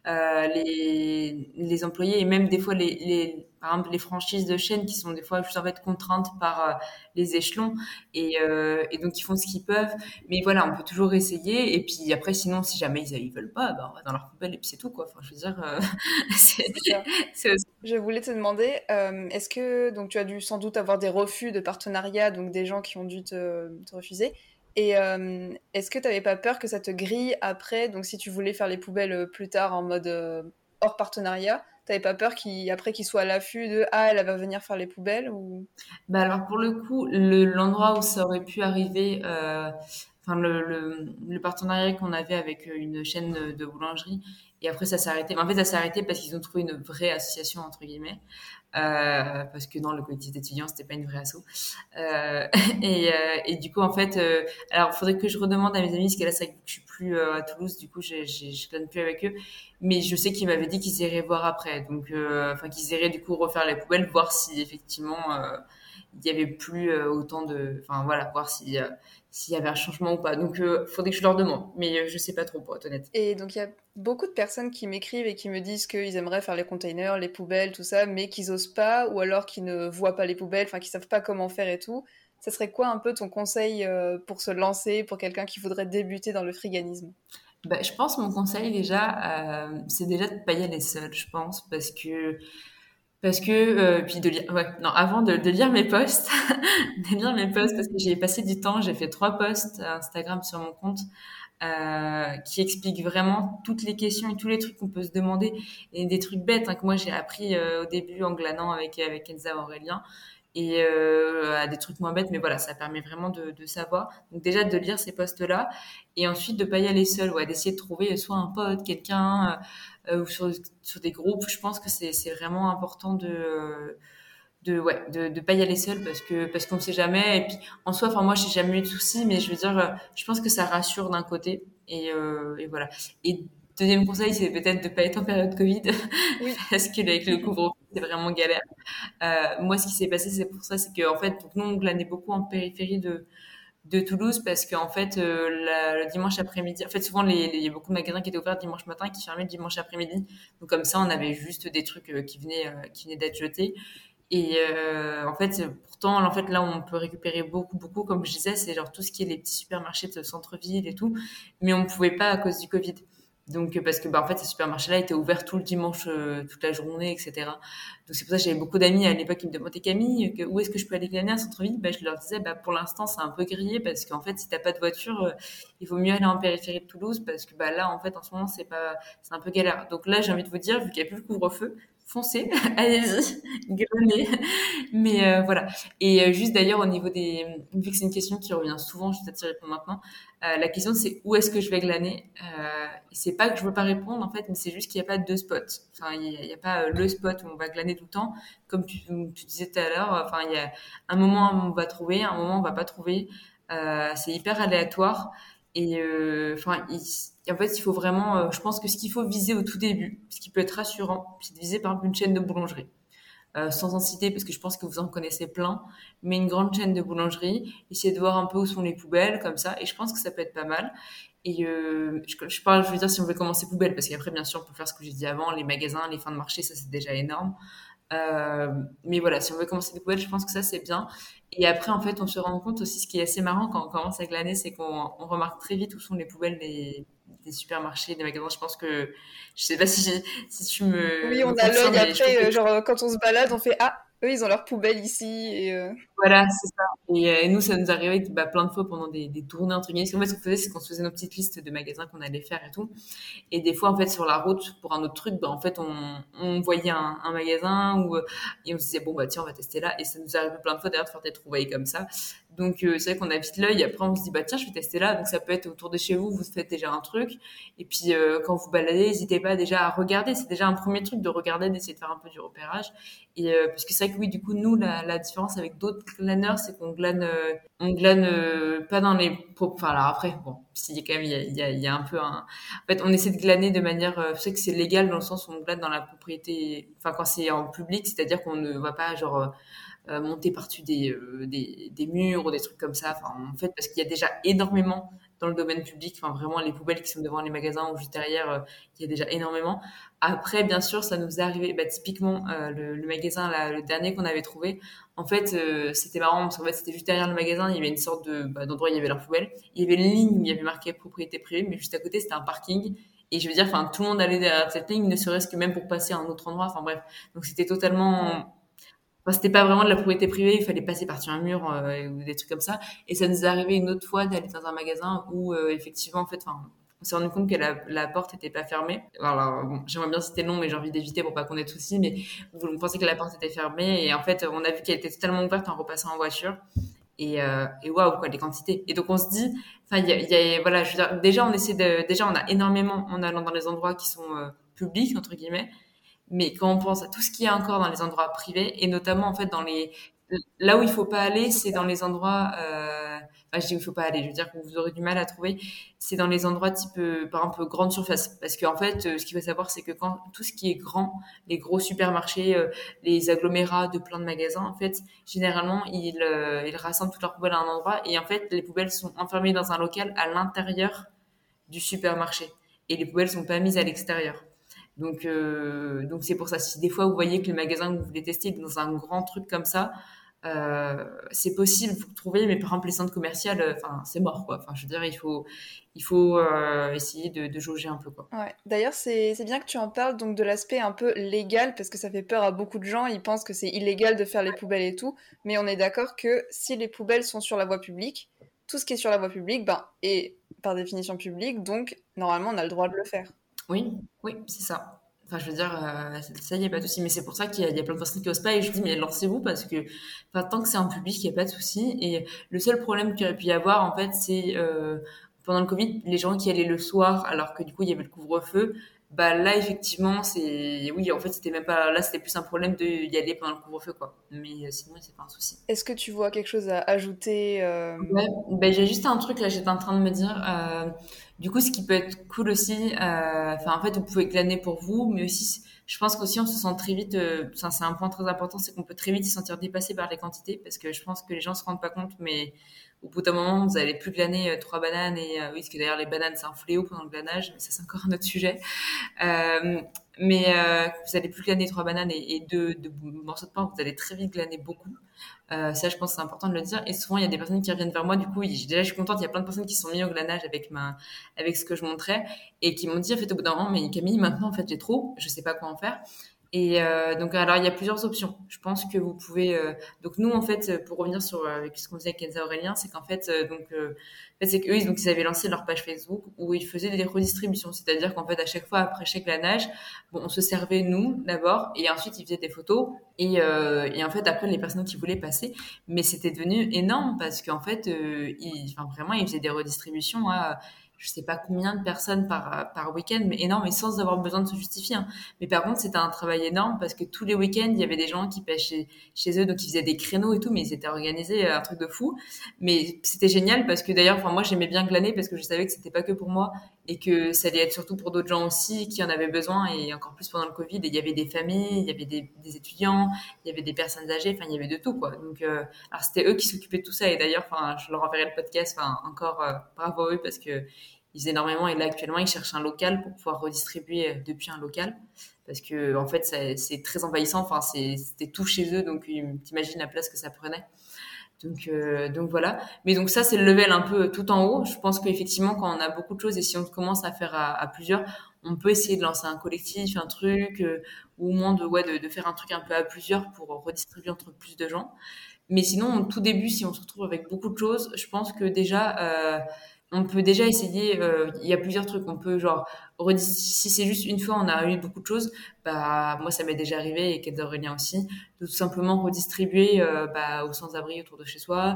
les employés et même des fois par exemple, les franchises de chaînes qui sont des fois juste en fait contraintes par les échelons et donc ils font ce qu'ils peuvent. Mais voilà, on peut toujours essayer et puis après, sinon, si jamais ils veulent pas, bah, on va dans leur poubelle et puis c'est tout, quoi. Enfin, je veux dire, c'est, C'est ça. c'est aussi Je voulais te demander, est-ce que donc tu as dû sans doute avoir des refus de partenariat, donc des gens qui ont dû te refuser, et est-ce que tu n'avais pas peur que ça te grille après, donc si tu voulais faire les poubelles plus tard en mode hors partenariat, t'avais pas peur après qu'ils soient à l'affût de ah elle va venir faire les poubelles ou Bah alors pour le coup, l'endroit où ça aurait pu arriver, enfin le partenariat qu'on avait avec une chaîne de boulangerie, et après ça s'est arrêté. Mais en fait, ça s'est arrêté parce qu'ils ont trouvé une vraie association entre guillemets, parce que dans le collectif d'étudiants, c'était pas une vraie asso. Et du coup, en fait, alors faudrait que je redemande à mes amis, parce que là, c'est vrai que je suis plus à Toulouse, du coup, je donne plus avec eux. Mais je sais qu'ils m'avaient dit qu'ils iraient voir après, donc enfin qu'ils iraient du coup refaire les poubelles, voir si effectivement il y avait plus autant de, enfin voilà, voir s'il y avait un changement ou pas. Donc, faudrait que je leur demande, mais je sais pas trop pour être honnête. Et donc il y a beaucoup de personnes qui m'écrivent et qui me disent qu'ils aimeraient faire les containers, les poubelles, tout ça, mais qu'ils osent pas, ou alors qu'ils ne voient pas les poubelles, enfin qu'ils savent pas comment faire et tout. Ça serait quoi un peu ton conseil pour se lancer, pour quelqu'un qui voudrait débuter dans le friganisme? Bah, je pense mon conseil déjà, c'est déjà de pas y aller seul, je pense, parce que puis de lire, ouais, non, avant de lire mes posts, de lire mes posts parce que j'ai passé du temps, j'ai fait 3 posts Instagram sur mon compte qui expliquent vraiment toutes les questions et tous les trucs qu'on peut se demander et des trucs bêtes que moi j'ai appris au début en glanant avec Elsa Aurélien et à des trucs moins bêtes, mais voilà, ça permet vraiment de savoir. Donc déjà de lire ces posts-là et ensuite de pas y aller seul, ouais, d'essayer de trouver soit un pote, quelqu'un ou sur des groupes. Je pense que c'est vraiment important de pas y aller seul parce qu'on sait jamais. Et puis en soi, enfin moi j'ai jamais eu de soucis, mais je veux dire, je pense que ça rassure d'un côté et voilà. Et deuxième conseil, c'est peut-être de pas être en période Covid Oui. parce que avec le couvre-feu, c'est vraiment galère. Moi, ce qui s'est passé, c'est pour ça, c'est qu'en fait, donc nous, on glanait beaucoup en périphérie de Toulouse parce qu'en fait, le dimanche après-midi, en fait, souvent, il y a beaucoup de magasins qui étaient ouverts le dimanche matin et qui fermaient le dimanche après-midi. Donc, comme ça, on avait juste des trucs qui venaient d'être jetés. Et en fait, pourtant, en fait, là, on peut récupérer beaucoup, beaucoup, comme je disais, c'est genre tout ce qui est les petits supermarchés de centre-ville et tout, mais on ne pouvait pas à cause du Covid. Donc, parce que, bah, en fait, ces supermarchés-là étaient ouverts tout le dimanche, toute la journée, etc. Donc, c'est pour ça que j'avais beaucoup d'amis à l'époque qui me demandaient, Camille, où est-ce que je peux aller glaner à centre-ville? Bah, je leur disais, bah, pour l'instant, c'est un peu grillé parce qu'en fait, si t'as pas de voiture, il vaut mieux aller en périphérie de Toulouse parce que, bah, là, en fait, en ce moment, c'est un peu galère. Donc là, j'ai envie de vous dire, vu qu'il n'y a plus le couvre-feu, foncez, allez-y, glanez. Mais voilà. Et juste d'ailleurs, au niveau vu que c'est une question qui revient souvent, je vais peut-être y répondre maintenant. La question, c'est où est-ce que je vais glaner et c'est pas que je veux pas répondre, en fait, mais c'est juste qu'il n'y a pas deux spots. Enfin, il y a pas le spot où on va glaner tout le temps. Comme tu disais tout à l'heure, enfin, il y a un moment où on va trouver, un moment où on va pas trouver. C'est hyper aléatoire. Et enfin, en fait, il faut vraiment, je pense que ce qu'il faut viser au tout début, ce qui peut être rassurant, c'est de viser par exemple une chaîne de boulangerie. Sans en citer parce que je pense que vous en connaissez plein, mais une grande chaîne de boulangerie, essayer de voir un peu où sont les poubelles, comme ça, et je pense que ça peut être pas mal. Et je parle, je veux dire, si on veut commencer poubelle, parce qu'après, bien sûr, on peut faire ce que j'ai dit avant, les magasins, les fins de marché, ça c'est déjà énorme. Mais voilà, si on veut commencer des poubelles, je pense que ça c'est bien. Et après, en fait, on se rend compte aussi, ce qui est assez marrant quand on commence à glaner, c'est qu'on remarque très vite où sont les poubelles des supermarchés, des magasins. Je pense que, je sais pas si tu Oui, me on a confirmes, l'œil mais je trouve après, que genre quand on se balade, on fait ah, eux ils ont leur poubelle ici et voilà, c'est ça. Et nous, ça nous arrivait bah, plein de fois pendant des tournées entre guillemets. Parce qu'en fait, ce qu'on faisait, c'est qu'on se faisait nos petites listes de magasins qu'on allait faire et tout. Et des fois, en fait, sur la route, pour un autre truc, bah, en fait, on voyait un magasin où, et on se disait, bon, bah, tiens, on va tester là. Et ça nous arrive plein de fois, d'ailleurs, de faire des trouvailles comme ça. Donc, c'est vrai qu'on a vite l'œil. Après, on se dit, bah, tiens, je vais tester là. Donc, ça peut être autour de chez vous, vous faites déjà un truc. Et puis, quand vous baladez, n'hésitez pas déjà à regarder. C'est déjà un premier truc de regarder, d'essayer de faire un peu du repérage. Et, parce que c'est vrai que oui, du coup, nous, la différence avec d'autres glaneurs, c'est on glane pas dans les, enfin, alors après, bon, s'il y a quand même, il y a un peu un, en fait, on essaie de glaner de manière, je sais que c'est légal dans le sens où on glane dans la propriété, enfin quand c'est en public, c'est-à-dire qu'on ne va pas genre monter par-dessus des murs ou des trucs comme ça. Enfin, en fait, parce qu'il y a déjà énormément dans le domaine public, enfin vraiment les poubelles qui sont devant les magasins ou juste derrière, il y a déjà énormément. Après, bien sûr, ça nous est arrivé, bah, typiquement le magasin là, le dernier qu'on avait trouvé. En fait, c'était marrant parce qu'en fait, c'était juste derrière le magasin, il y avait une sorte d'endroit où il y avait leur poubelle. Il y avait une ligne où il y avait marqué propriété privée, mais juste à côté, c'était un parking. Et je veux dire, enfin, tout le monde allait derrière cette ligne, ne serait-ce que même pour passer à un autre endroit. Enfin bref, donc c'était totalement, enfin, c'était pas vraiment de la propriété privée, il fallait passer par-dessus un mur ou des trucs comme ça. Et ça nous est arrivé une autre fois d'aller dans un magasin où effectivement, en fait, enfin, on s'est rendu compte que la porte était pas fermée. Alors, bon, j'aimerais bien citer le nom, mais j'ai envie d'éviter pour pas qu'on ait de soucis. Mais on pensait que la porte était fermée et en fait, on a vu qu'elle était totalement ouverte en repassant en voiture. Et waouh, quoi, les quantités. Et donc, on se dit, enfin, voilà, je veux dire, déjà, déjà, on a énormément en allant dans les endroits qui sont publics, entre guillemets. Mais quand on pense à tout ce qu'il y a encore dans les endroits privés, et notamment en fait Là où il faut pas aller, c'est dans les endroits. Enfin, je dis où il faut pas aller. Je veux dire que vous aurez du mal à trouver. C'est dans les endroits type, par exemple, grande surface. Parce qu'en fait, ce qu'il faut savoir, c'est que quand tout ce qui est grand, les gros supermarchés, les agglomérats de plein de magasins, en fait, généralement, ils rassemblent toutes leurs poubelles à un endroit. Et en fait, les poubelles sont enfermées dans un local à l'intérieur du supermarché. Et les poubelles sont pas mises à l'extérieur. Donc c'est pour ça. Si des fois vous voyez que le magasin que vous voulez tester est dans un grand truc comme ça, c'est possible, vous trouver, mais par exemple les centres commerciaux, enfin c'est mort quoi. Enfin je veux dire, il faut essayer de jauger un peu quoi. Ouais. D'ailleurs, c'est bien que tu en parles donc de l'aspect un peu légal parce que ça fait peur à beaucoup de gens. Ils pensent que c'est illégal de faire les poubelles et tout, mais on est d'accord que si les poubelles sont sur la voie publique, tout ce qui est sur la voie publique, ben, est par définition public, donc normalement on a le droit de le faire. Oui, oui, c'est ça. Enfin, je veux dire, ça y est, pas de souci. Mais c'est pour ça qu'il y a plein de personnes qui osent pas. Et je dis, mais lancez-vous parce que, enfin, tant que c'est un public, il n'y a pas de souci. Et le seul problème qu'il y aurait pu y avoir, en fait, c'est pendant le Covid, les gens qui allaient le soir, alors que du coup, il y avait le couvre-feu. Bah là, effectivement, oui, en fait, c'était même pas là, c'était plus un problème de y aller pendant le couvre-feu, quoi. Mais sinon, c'est pas un souci. Est-ce que tu vois quelque chose à ajouter Ouais, ben j'ai juste un truc là, j'étais en train de me dire, du coup, ce qui peut être cool aussi, enfin, en fait, vous pouvez glaner pour vous, mais aussi, je pense qu'aussi, on se sent très vite, ça, c'est un point très important, c'est qu'on peut très vite se sentir dépassé par les quantités, parce que je pense que les gens se rendent pas compte, mais au bout d'un moment, vous allez plus glaner 3 bananes, et oui, parce que d'ailleurs, les bananes, c'est un fléau pendant le glanage, mais ça, c'est encore un autre sujet. Euh, mais vous allez plus glaner 3 bananes et deux morceaux de pain, vous allez très vite glaner beaucoup. Ça, je pense que c'est important de le dire. Et souvent, il y a des personnes qui reviennent vers moi. Du coup, déjà, je suis contente. Il y a plein de personnes qui se sont mis au glanage avec ce que je montrais et qui m'ont dit, en fait, au bout d'un moment, mais Camille, maintenant, en fait, j'ai trop. Je sais pas quoi en faire. Et donc, alors, il y a plusieurs options. Je pense que vous pouvez. Donc, nous, en fait, pour revenir sur avec ce qu'on disait avec Kenza Aurélien, c'est qu'en fait, en fait, c'est qu'eux, donc, ils avaient lancé leur page Facebook où ils faisaient des redistributions. C'est-à-dire qu'en fait, à chaque fois, après chaque glanage, bon, on se servait nous d'abord, et ensuite, ils faisaient des photos. Et en fait, après, les personnes qui voulaient passer, mais c'était devenu énorme parce qu'en fait, enfin, vraiment, ils faisaient des redistributions à je sais pas combien de personnes par week-end, mais énorme et sans avoir besoin de se justifier, hein. Mais par contre, c'était un travail énorme parce que tous les week-ends, il y avait des gens qui pêchaient chez eux, donc ils faisaient des créneaux et tout, mais ils étaient organisés, un truc de fou. Mais c'était génial parce que d'ailleurs, enfin, moi, j'aimais bien glaner parce que je savais que c'était pas que pour moi et que ça allait être surtout pour d'autres gens aussi qui en avaient besoin et encore plus pendant le Covid. Et il y avait des familles, il y avait des étudiants, il y avait des personnes âgées, enfin, il y avait de tout, quoi. Donc, alors c'était eux qui s'occupaient de tout ça et d'ailleurs, enfin, je leur enverrai le podcast, enfin, encore bravo à eux parce que ils faisaient énormément et là actuellement ils cherchent un local pour pouvoir redistribuer depuis un local parce que en fait c'est très envahissant, enfin c'était tout chez eux donc t'imagines la place que ça prenait. Donc voilà. Mais donc ça, c'est le level un peu tout en haut. Je pense qu'effectivement, quand on a beaucoup de choses et si on commence à faire à plusieurs, on peut essayer de lancer un collectif, un truc, ou au moins de faire un truc un peu à plusieurs pour redistribuer entre plus de gens. Mais sinon, au tout début, si on se retrouve avec beaucoup de choses, je pense que déjà, on peut déjà essayer. Il y a plusieurs trucs. On peut genre, si c'est juste une fois, on a eu beaucoup de choses. Bah moi, ça m'est déjà arrivé et Kenza Aurélien aussi, de tout simplement redistribuer bah, aux sans-abri autour de chez soi,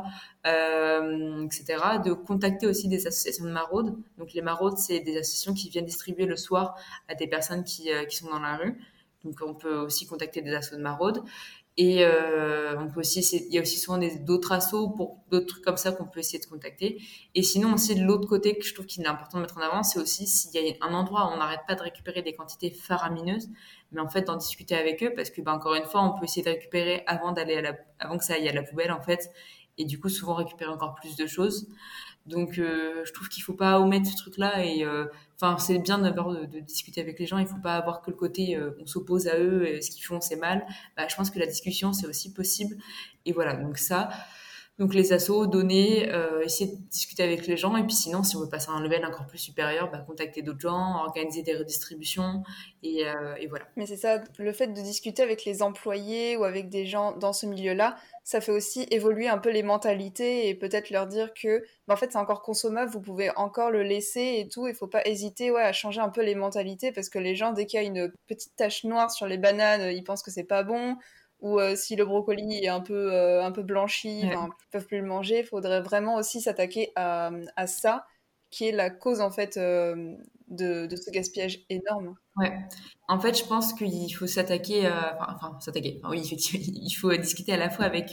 etc. De contacter aussi des associations de maraudes. Donc les maraudes, c'est des associations qui viennent distribuer le soir à des personnes qui sont dans la rue. Donc on peut aussi contacter des assos de maraude. Et on peut aussi essayer, il y a aussi souvent d'autres assos pour d'autres trucs comme ça qu'on peut essayer de contacter. Et sinon aussi de l'autre côté que je trouve qu'il est important de mettre en avant, c'est aussi s'il y a un endroit où on n'arrête pas de récupérer des quantités faramineuses, mais en fait d'en discuter avec eux parce que ben, encore une fois on peut essayer de récupérer avant que ça aille à la poubelle en fait, et du coup souvent récupérer encore plus de choses. Donc, je trouve qu'il faut pas omettre ce truc-là et enfin, c'est bien d'abord de discuter avec les gens. Il faut pas avoir que le côté on s'oppose à eux, et ce qu'ils font c'est mal. Bah, je pense que la discussion c'est aussi possible. Et voilà, donc ça, donc les assos, donner, essayer de discuter avec les gens et puis sinon, si on veut passer à un level encore plus supérieur, bah, contacter d'autres gens, organiser des redistributions et voilà. Mais c'est ça, le fait de discuter avec les employés ou avec des gens dans ce milieu-là, ça fait aussi évoluer un peu les mentalités et peut-être leur dire que bah, en fait c'est encore consommable, vous pouvez encore le laisser et tout, il faut pas hésiter ouais, à changer un peu les mentalités parce que les gens dès qu'il y a une petite tache noire sur les bananes, ils pensent que c'est pas bon ou si le brocoli est un peu blanchi, Ouais. enfin ils peuvent plus le manger, il faudrait vraiment aussi s'attaquer à ça qui est la cause en fait de ce gaspillage énorme. Ouais. En fait, je pense qu'il faut s'attaquer, s'attaquer. Enfin, oui, effectivement, il faut discuter à la fois avec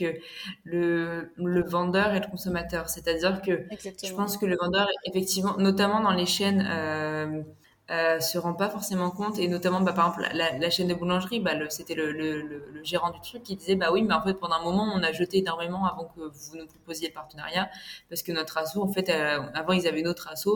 le vendeur et le consommateur. C'est-à-dire que je Exactement. pense que le vendeur, effectivement, notamment dans les chaînes, se rend pas forcément compte. Et notamment, bah, par exemple, la chaîne de boulangerie, bah, c'était le gérant du truc qui disait, bah oui, mais en fait, pendant un moment, on a jeté énormément avant que vous nous proposiez le partenariat, parce que notre asso, en fait, avant, ils avaient une autre asso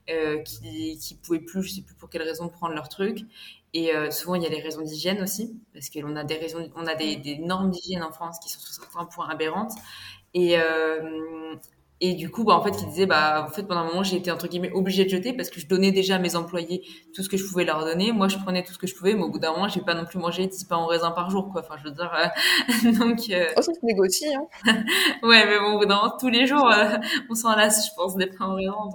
qui pouvaient plus, je sais plus pour quelle raison, prendre leur truc. Et souvent, il y a les raisons d'hygiène aussi, parce qu'on a des raisons, on a Mm. des normes d'hygiène en France qui sont sur certains points aberrantes. Et, euh, et du coup, bah, en fait, il disait, bah, en fait, pendant un moment, j'ai été, entre guillemets, obligée de jeter parce que je donnais déjà à mes employés tout ce que je pouvais leur donner. Moi, je prenais tout ce que je pouvais, mais au bout d'un moment, j'ai pas non plus mangé 10 pains au raisin par jour, quoi. Enfin, je veux dire, donc, Oh, ça se négocie, hein. ouais, mais bon, au bout d'un moment, tous les jours, on s'en lasse, je pense, des pains au raisin.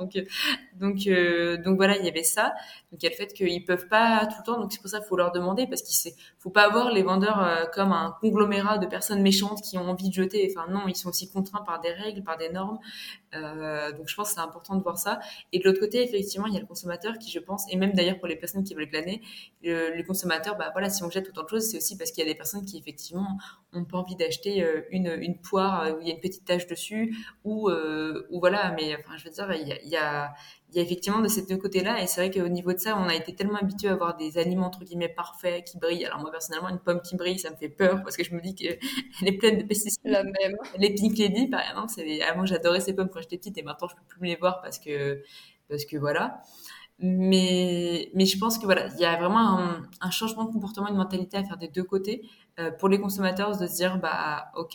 Donc voilà, il y avait ça. Donc il y a le fait qu'ils peuvent pas tout le temps. Donc c'est pour ça qu'il faut leur demander parce qu'il faut pas voir les vendeurs comme un conglomérat de personnes méchantes qui ont envie de jeter. Enfin non, ils sont aussi contraints par des règles, par des normes. Donc je pense que c'est important de voir ça. Et de l'autre côté, effectivement, il y a le consommateur qui, je pense, et même d'ailleurs pour les personnes qui veulent glaner, les consommateurs, bah voilà, si on jette autant de choses, c'est aussi parce qu'il y a des personnes qui effectivement ont pas envie d'acheter une poire où il y a une petite tache dessus ou voilà. Mais enfin, je veux dire, il y a effectivement de ces deux côtés-là. Et c'est vrai qu'au niveau de ça, on a été tellement habitué à avoir des aliments entre guillemets parfaits qui brillent. Alors moi personnellement, une pomme qui brille, ça me fait peur parce que je me dis qu'elle est pleine de pesticides. La même. Les Pink Lady, par exemple, avant j'adorais ces pommes quand j'étais petite et maintenant je peux plus me les voir parce que voilà. Mais je pense que voilà, il y a vraiment un changement de comportement, une mentalité à faire des deux côtés pour les consommateurs de se dire bah ok.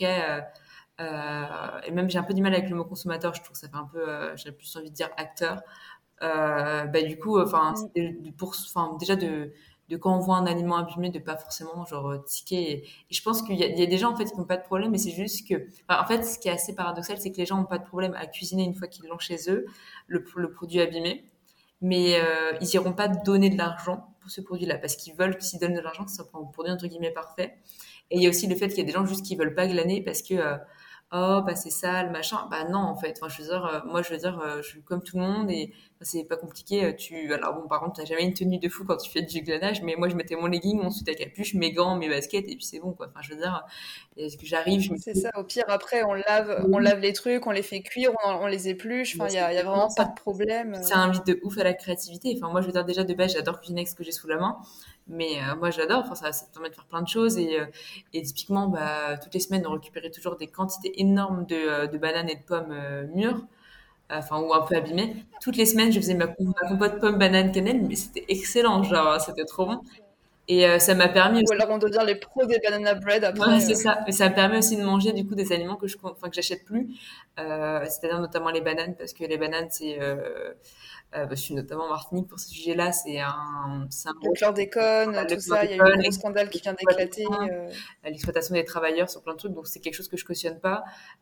Et même j'ai un peu du mal avec le mot consommateur, je trouve que ça fait un peu, j'ai plus envie de dire acteur. Bah du coup, enfin, Mm. enfin déjà de quand on voit un aliment abîmé, de pas forcément genre tiquer. Et je pense il y a des gens en fait qui n'ont pas de problème, mais c'est juste que, enfin, en fait, ce qui est assez paradoxal, c'est que les gens n'ont pas de problème à cuisiner une fois qu'ils l'ont chez eux, le produit abîmé, mais ils iront pas donner de l'argent pour ce produit-là parce qu'ils veulent que s'ils donnent de l'argent, que ce soit pour un produit entre guillemets parfait. Et il y a aussi le fait qu'il y a des gens juste qui veulent pas glaner parce que oh bah c'est sale machin. Bah non en fait. Enfin je veux dire moi je veux dire je suis comme tout le monde et enfin, c'est pas compliqué. Tu alors bon par contre t'as jamais une tenue de fou quand tu fais du glanage, mais moi je mettais mon legging, mon sweat à capuche, mes gants, mes baskets et puis c'est bon quoi. Enfin je veux dire est-ce que j'arrive je me C'est ça, au pire, après, on lave les trucs, on les fait cuire, on les épluche, bah, enfin, c'est il y a exactement vraiment pas ça. de problème. Puis ça invite de ouf à la créativité. Enfin, moi, je veux dire, déjà, de base, j'adore cuisiner avec ce que j'ai sous la main. Mais moi, j'adore. Enfin, ça permet de faire plein de choses. Et typiquement, bah, toutes les semaines, on récupérait toujours des quantités énormes de bananes et de pommes mûres. Enfin, ou un peu abîmées. Toutes les semaines, je faisais ma compote pomme, banane, cannelle. Mais c'était excellent. Genre, c'était trop bon. Et ça m'a permis Ou aussi. alors on devient les pros des banana bread Ouais, après. c'est ça. Mais ça me permet aussi de manger du coup des aliments enfin, que j'achète plus. C'est-à-dire notamment les bananes parce que les bananes c'est je suis notamment en Martinique pour ce sujet-là, c'est un Le gros chlordécone, le tout ça, il y a eu le chlordécone, gros scandale qui vient d'éclater. l'exploitation, l'exploitation des travailleurs sur plein de trucs, donc c'est quelque chose que je cautionne pas.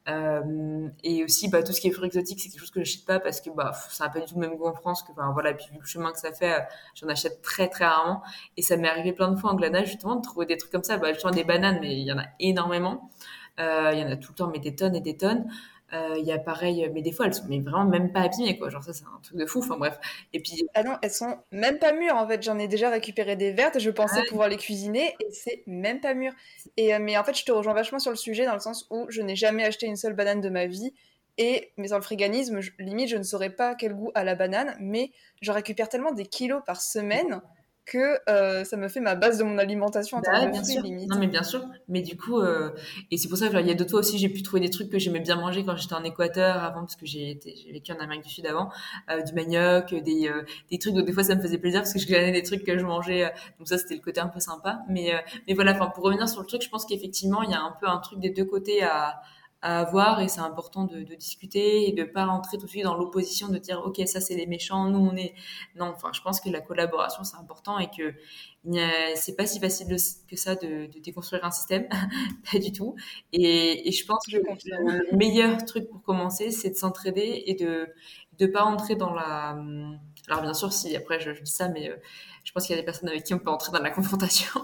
Et aussi, bah, tout ce qui est fruits exotiques, c'est quelque chose que j'achète pas parce que bah, ça n'a pas du tout le même goût en France que, enfin, voilà, et puis vu le chemin que ça fait, j'en achète très très rarement. Et ça m'est arrivé plein de fois en glanage, justement, de trouver des trucs comme ça, bah, justement des bananes, mais il y en a énormément. Il y en a tout le temps, mais des tonnes et des tonnes. Il y a pareil, mais des fois, elles sont mais vraiment même pas abîmées, quoi. Genre ça, c'est un truc de fou. Enfin bref. Et puis, Ah non, elles sont même pas mûres en fait. J'en ai déjà récupéré des vertes, je pensais ouais, pouvoir les cuisiner et c'est même pas mûr. Et mais en fait, je te rejoins vachement sur le sujet dans le sens où je n'ai jamais acheté une seule banane de ma vie. Et mais dans le friganisme, limite, je ne saurais pas quel goût a la banane, mais je récupère tellement des kilos par semaine que ça me fait ma base de mon alimentation en bah termes ouais, de bien fruits sûr. Non, limite. mais bien sûr. Mais du coup, et c'est pour ça que genre, il y a d'autres fois aussi, j'ai pu trouver des trucs que j'aimais bien manger quand j'étais en Équateur avant, parce que j'ai vécu en Amérique du Sud avant, du manioc, des trucs. Donc des fois, ça me faisait plaisir parce que je glanais des trucs que je mangeais. Donc ça, c'était le côté un peu sympa. Mais voilà. Enfin, pour revenir sur le truc, je pense qu'effectivement, il y a un peu un truc des deux côtés à avoir et c'est important de discuter et de pas rentrer tout de suite dans l'opposition de dire ok ça c'est les méchants nous on est non enfin je pense que la collaboration c'est important et que c'est pas si facile que ça de déconstruire un système, pas du tout. Et je pense Je que confirme. le meilleur truc pour commencer, c'est de s'entraider et de pas entrer dans la. Alors bien sûr, si après je dis ça, mais Je pense qu'il y a des personnes avec qui on peut entrer dans la confrontation,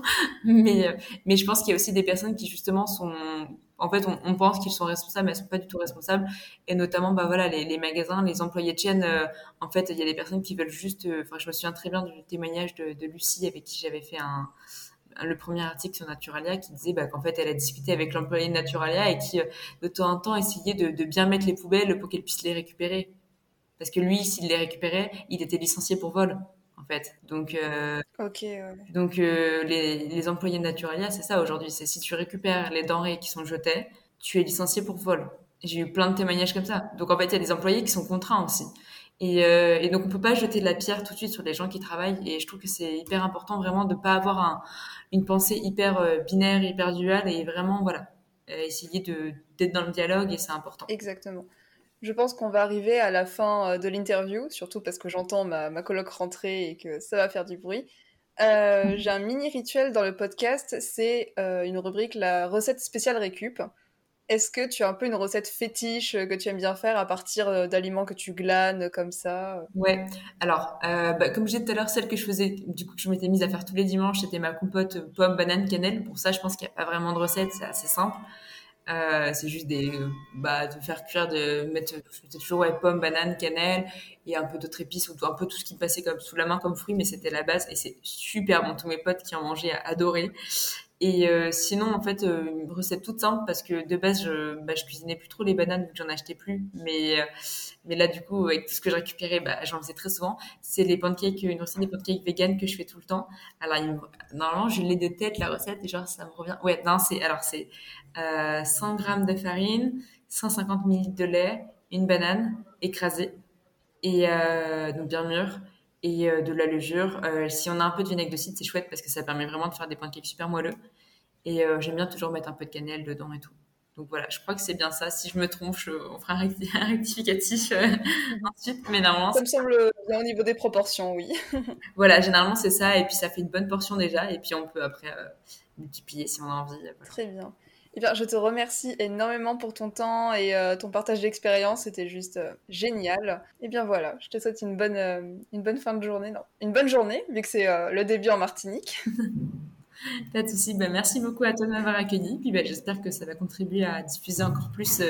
mais je pense qu'il y a aussi des personnes qui justement sont, en fait, on pense qu'ils sont responsables, mais elles sont pas du tout responsables. Et notamment, bah voilà, les magasins, les employés de chaîne, en fait, il y a des personnes qui veulent juste, enfin, je me souviens très bien du témoignage de Lucie avec qui j'avais fait le premier article sur Naturalia qui disait bah, qu'en fait elle a discuté avec l'employé de Naturalia et qui de temps en temps essayait de bien mettre les poubelles pour qu'elle puisse les récupérer. Parce que lui, s'il les récupérait, il était licencié pour vol, en fait. Ok, ouais. Les employés de Naturalia, c'est ça aujourd'hui. C'est si tu récupères les denrées qui sont jetées, tu es licencié pour vol. J'ai eu plein de témoignages comme ça. Donc en fait, il y a des employés qui sont contraints aussi. Et donc on peut pas jeter de la pierre tout de suite sur les gens qui travaillent. Et je trouve que c'est hyper important vraiment de pas avoir une pensée hyper binaire, hyper duale et vraiment voilà essayer d'être dans le dialogue et c'est important. Exactement. Je pense qu'on va arriver à la fin de l'interview, surtout parce que j'entends ma coloc rentrer et que ça va faire du bruit. J'ai un mini rituel dans le podcast, c'est une rubrique, la recette spéciale récup. Est-ce que tu as un peu une recette fétiche que tu aimes bien faire à partir d'aliments que tu glanes comme ça? Ouais. Alors, bah, comme je disais tout à l'heure, celle que je faisais, du coup, que je m'étais mise à faire tous les dimanches, c'était ma compote pomme, banane, cannelle. Pour ça, je pense qu'il n'y a pas vraiment de recette, c'est assez simple. C'est juste de faire cuire, je mettais toujours ouais, pomme, banane, cannelle et un peu d'autres épices ou un peu tout ce qui me passait comme sous la main comme fruit, mais c'était la base et c'est super bon. Tous mes potes qui en mangeaient adoraient. Et sinon, en fait, une recette toute simple parce que de base, je cuisinais plus trop les bananes vu que j'en achetais plus. Mais là, du coup, avec tout ce que je récupérais, bah, j'en faisais très souvent. C'est les pancakes, une recette des pancakes vegan que je fais tout le temps. Alors, normalement, je l'ai de tête, la recette, et genre, ça me revient. Ouais, non, c'est 100 grammes de farine, 150 millilitres de lait, une banane écrasée, et donc bien mûre, et de la levure. Si on a un peu de vinaigre de cidre, c'est chouette parce que ça permet vraiment de faire des pancakes super moelleux. Et j'aime bien toujours mettre un peu de cannelle dedans et tout. Donc voilà, je crois que c'est bien ça. Si je me trompe, on fera un rectificatif Mhm. ensuite. Mais normalement, Ça me semble bien au niveau des proportions, oui. voilà, généralement c'est ça. Et puis ça fait une bonne portion déjà. Et puis on peut après multiplier si on a envie. Voilà. Très bien. Eh bien, je te remercie énormément pour ton temps et ton partage d'expérience. C'était juste génial. Eh bien voilà, je te souhaite une bonne fin de journée. Non, une bonne journée, vu que c'est le début en Martinique. Pas de souci. Ben, merci beaucoup à toi de m'avoir accueilli. Puis ben, j'espère que ça va contribuer à diffuser encore plus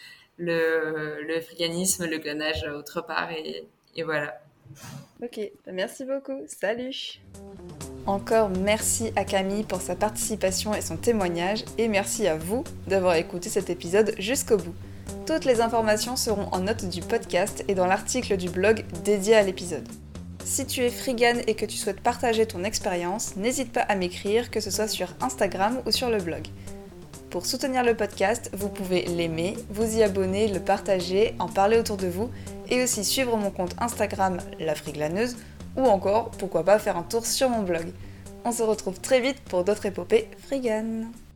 le véganisme, le glanage autre part. Et voilà. Ok, merci beaucoup. Salut. Encore merci à Camille pour sa participation et son témoignage, et merci à vous d'avoir écouté cet épisode jusqu'au bout. Toutes les informations seront en note du podcast et dans l'article du blog dédié à l'épisode. Si tu es frigane et que tu souhaites partager ton expérience, n'hésite pas à m'écrire, que ce soit sur Instagram ou sur le blog. Pour soutenir le podcast, vous pouvez l'aimer, vous y abonner, le partager, en parler autour de vous, et aussi suivre mon compte Instagram La Friglaneuse, ou encore, pourquoi pas faire un tour sur mon blog. On se retrouve très vite pour d'autres épopées friganes.